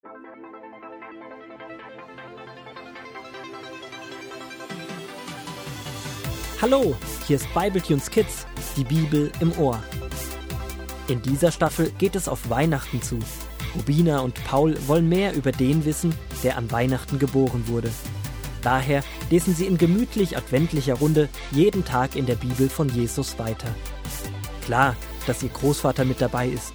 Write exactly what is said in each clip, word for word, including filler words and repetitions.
Hallo, hier ist Bibletunes Kids, die Bibel im Ohr. In dieser Staffel geht es auf Weihnachten zu. Rubina und Paul wollen mehr über den wissen, der an Weihnachten geboren wurde. Daher lesen sie in gemütlich adventlicher Runde jeden Tag in der Bibel von Jesus weiter. Klar, dass ihr Großvater mit dabei ist.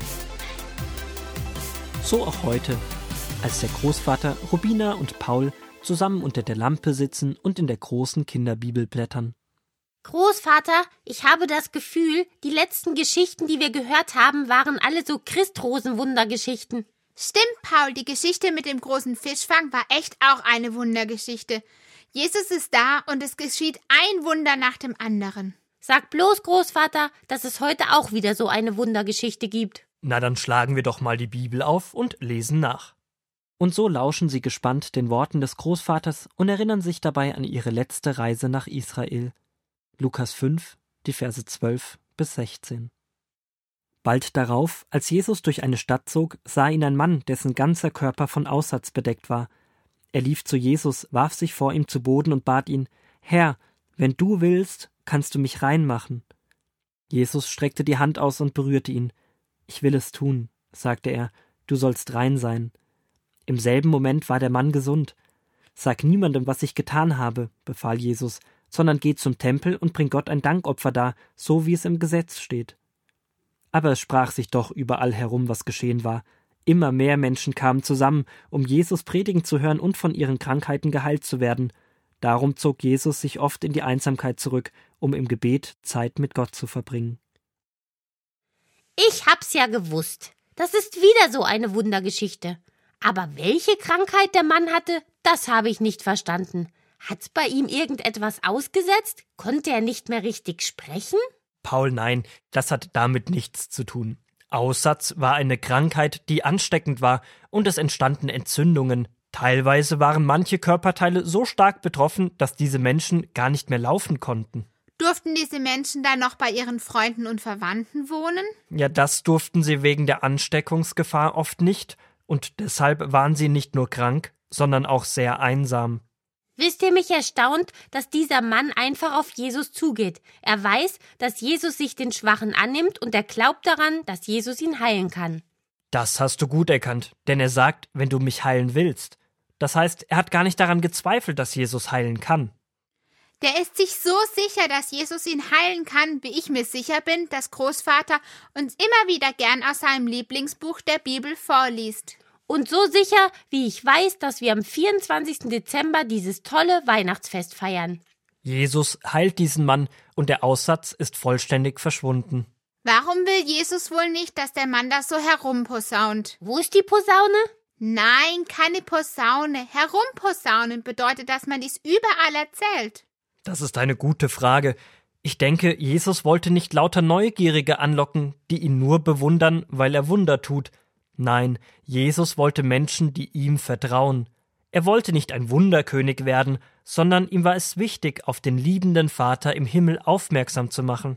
So auch heute, als der Großvater, Rubina und Paul zusammen unter der Lampe sitzen und in der großen Kinderbibel blättern. Großvater, ich habe das Gefühl, die letzten Geschichten, die wir gehört haben, waren alle so Christrosenwundergeschichten. Stimmt, Paul, die Geschichte mit dem großen Fischfang war echt auch eine Wundergeschichte. Jesus ist da und es geschieht ein Wunder nach dem anderen. Sag bloß, Großvater, dass es heute auch wieder so eine Wundergeschichte gibt. Na, dann schlagen wir doch mal die Bibel auf und lesen nach. Und so lauschen sie gespannt den Worten des Großvaters und erinnern sich dabei an ihre letzte Reise nach Israel. Lukas fünf, die Verse zwölf bis sechzehn. Bald darauf, als Jesus durch eine Stadt zog, sah ihn ein Mann, dessen ganzer Körper von Aussatz bedeckt war. Er lief zu Jesus, warf sich vor ihm zu Boden und bat ihn: »Herr, wenn du willst, kannst du mich rein machen.« Jesus streckte die Hand aus und berührte ihn. »Ich will es tun«, sagte er, »du sollst rein sein.« Im selben Moment war der Mann gesund. »Sag niemandem, was ich getan habe«, befahl Jesus, sondern geh zum Tempel und bring Gott ein Dankopfer dar, so wie es im Gesetz steht. Aber es sprach sich doch überall herum, was geschehen war. Immer mehr Menschen kamen zusammen, um Jesus predigen zu hören und von ihren Krankheiten geheilt zu werden. Darum zog Jesus sich oft in die Einsamkeit zurück, um im Gebet Zeit mit Gott zu verbringen. Ich hab's ja gewusst. Das ist wieder so eine Wundergeschichte. Aber welche Krankheit der Mann hatte, das habe ich nicht verstanden. Hat's bei ihm irgendetwas ausgesetzt? Konnte er nicht mehr richtig sprechen? Paul, nein, das hat damit nichts zu tun. Aussatz war eine Krankheit, die ansteckend war, und es entstanden Entzündungen. Teilweise waren manche Körperteile so stark betroffen, dass diese Menschen gar nicht mehr laufen konnten. Durften diese Menschen dann noch bei ihren Freunden und Verwandten wohnen? Ja, das durften sie wegen der Ansteckungsgefahr oft nicht, und deshalb waren sie nicht nur krank, sondern auch sehr einsam. Wisst ihr, mich erstaunt, dass dieser Mann einfach auf Jesus zugeht. Er weiß, dass Jesus sich den Schwachen annimmt und er glaubt daran, dass Jesus ihn heilen kann. Das hast du gut erkannt, denn er sagt, wenn du mich heilen willst. Das heißt, er hat gar nicht daran gezweifelt, dass Jesus heilen kann. Der ist sich so sicher, dass Jesus ihn heilen kann, wie ich mir sicher bin, dass Großvater uns immer wieder gern aus seinem Lieblingsbuch der Bibel vorliest. Und so sicher, wie ich weiß, dass wir am vierundzwanzigsten Dezember dieses tolle Weihnachtsfest feiern. Jesus heilt diesen Mann und der Aussatz ist vollständig verschwunden. Warum will Jesus wohl nicht, dass der Mann da so herumposaunt? Wo ist die Posaune? Nein, keine Posaune. Herumposaunen bedeutet, dass man dies überall erzählt. Das ist eine gute Frage. Ich denke, Jesus wollte nicht lauter Neugierige anlocken, die ihn nur bewundern, weil er Wunder tut. Nein, Jesus wollte Menschen, die ihm vertrauen. Er wollte nicht ein Wunderkönig werden, sondern ihm war es wichtig, auf den liebenden Vater im Himmel aufmerksam zu machen.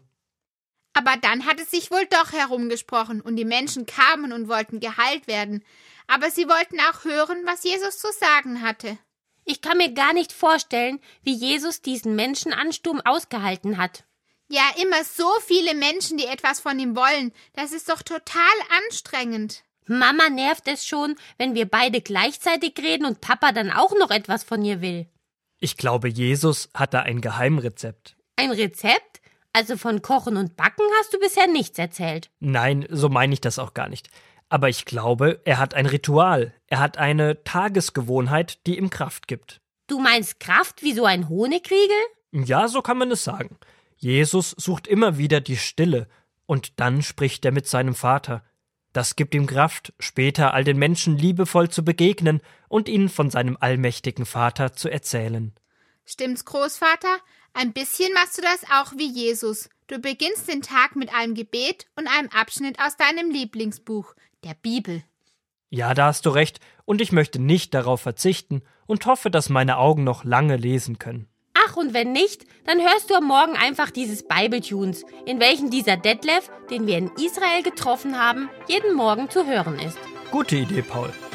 Aber dann hat es sich wohl doch herumgesprochen und die Menschen kamen und wollten geheilt werden. Aber sie wollten auch hören, was Jesus zu sagen hatte. Ich kann mir gar nicht vorstellen, wie Jesus diesen Menschenansturm ausgehalten hat. Ja, immer so viele Menschen, die etwas von ihm wollen. Das ist doch total anstrengend. Mama nervt es schon, wenn wir beide gleichzeitig reden und Papa dann auch noch etwas von ihr will. Ich glaube, Jesus hat da ein Geheimrezept. Ein Rezept? Also von Kochen und Backen hast du bisher nichts erzählt. Nein, so meine ich das auch gar nicht. Aber ich glaube, er hat ein Ritual. Er hat eine Tagesgewohnheit, die ihm Kraft gibt. Du meinst Kraft wie so ein Honigriegel? Ja, so kann man es sagen. Jesus sucht immer wieder die Stille und dann spricht er mit seinem Vater. Das gibt ihm Kraft, später all den Menschen liebevoll zu begegnen und ihnen von seinem allmächtigen Vater zu erzählen. Stimmt's, Großvater? Ein bisschen machst du das auch wie Jesus. Du beginnst den Tag mit einem Gebet und einem Abschnitt aus deinem Lieblingsbuch, der Bibel. Ja, da hast du recht, und ich möchte nicht darauf verzichten und hoffe, dass meine Augen noch lange lesen können. Ach, und wenn nicht, dann hörst du am Morgen einfach dieses Bibletunes, in welchem dieser Detlef, den wir in Israel getroffen haben, jeden Morgen zu hören ist. Gute Idee, Paul.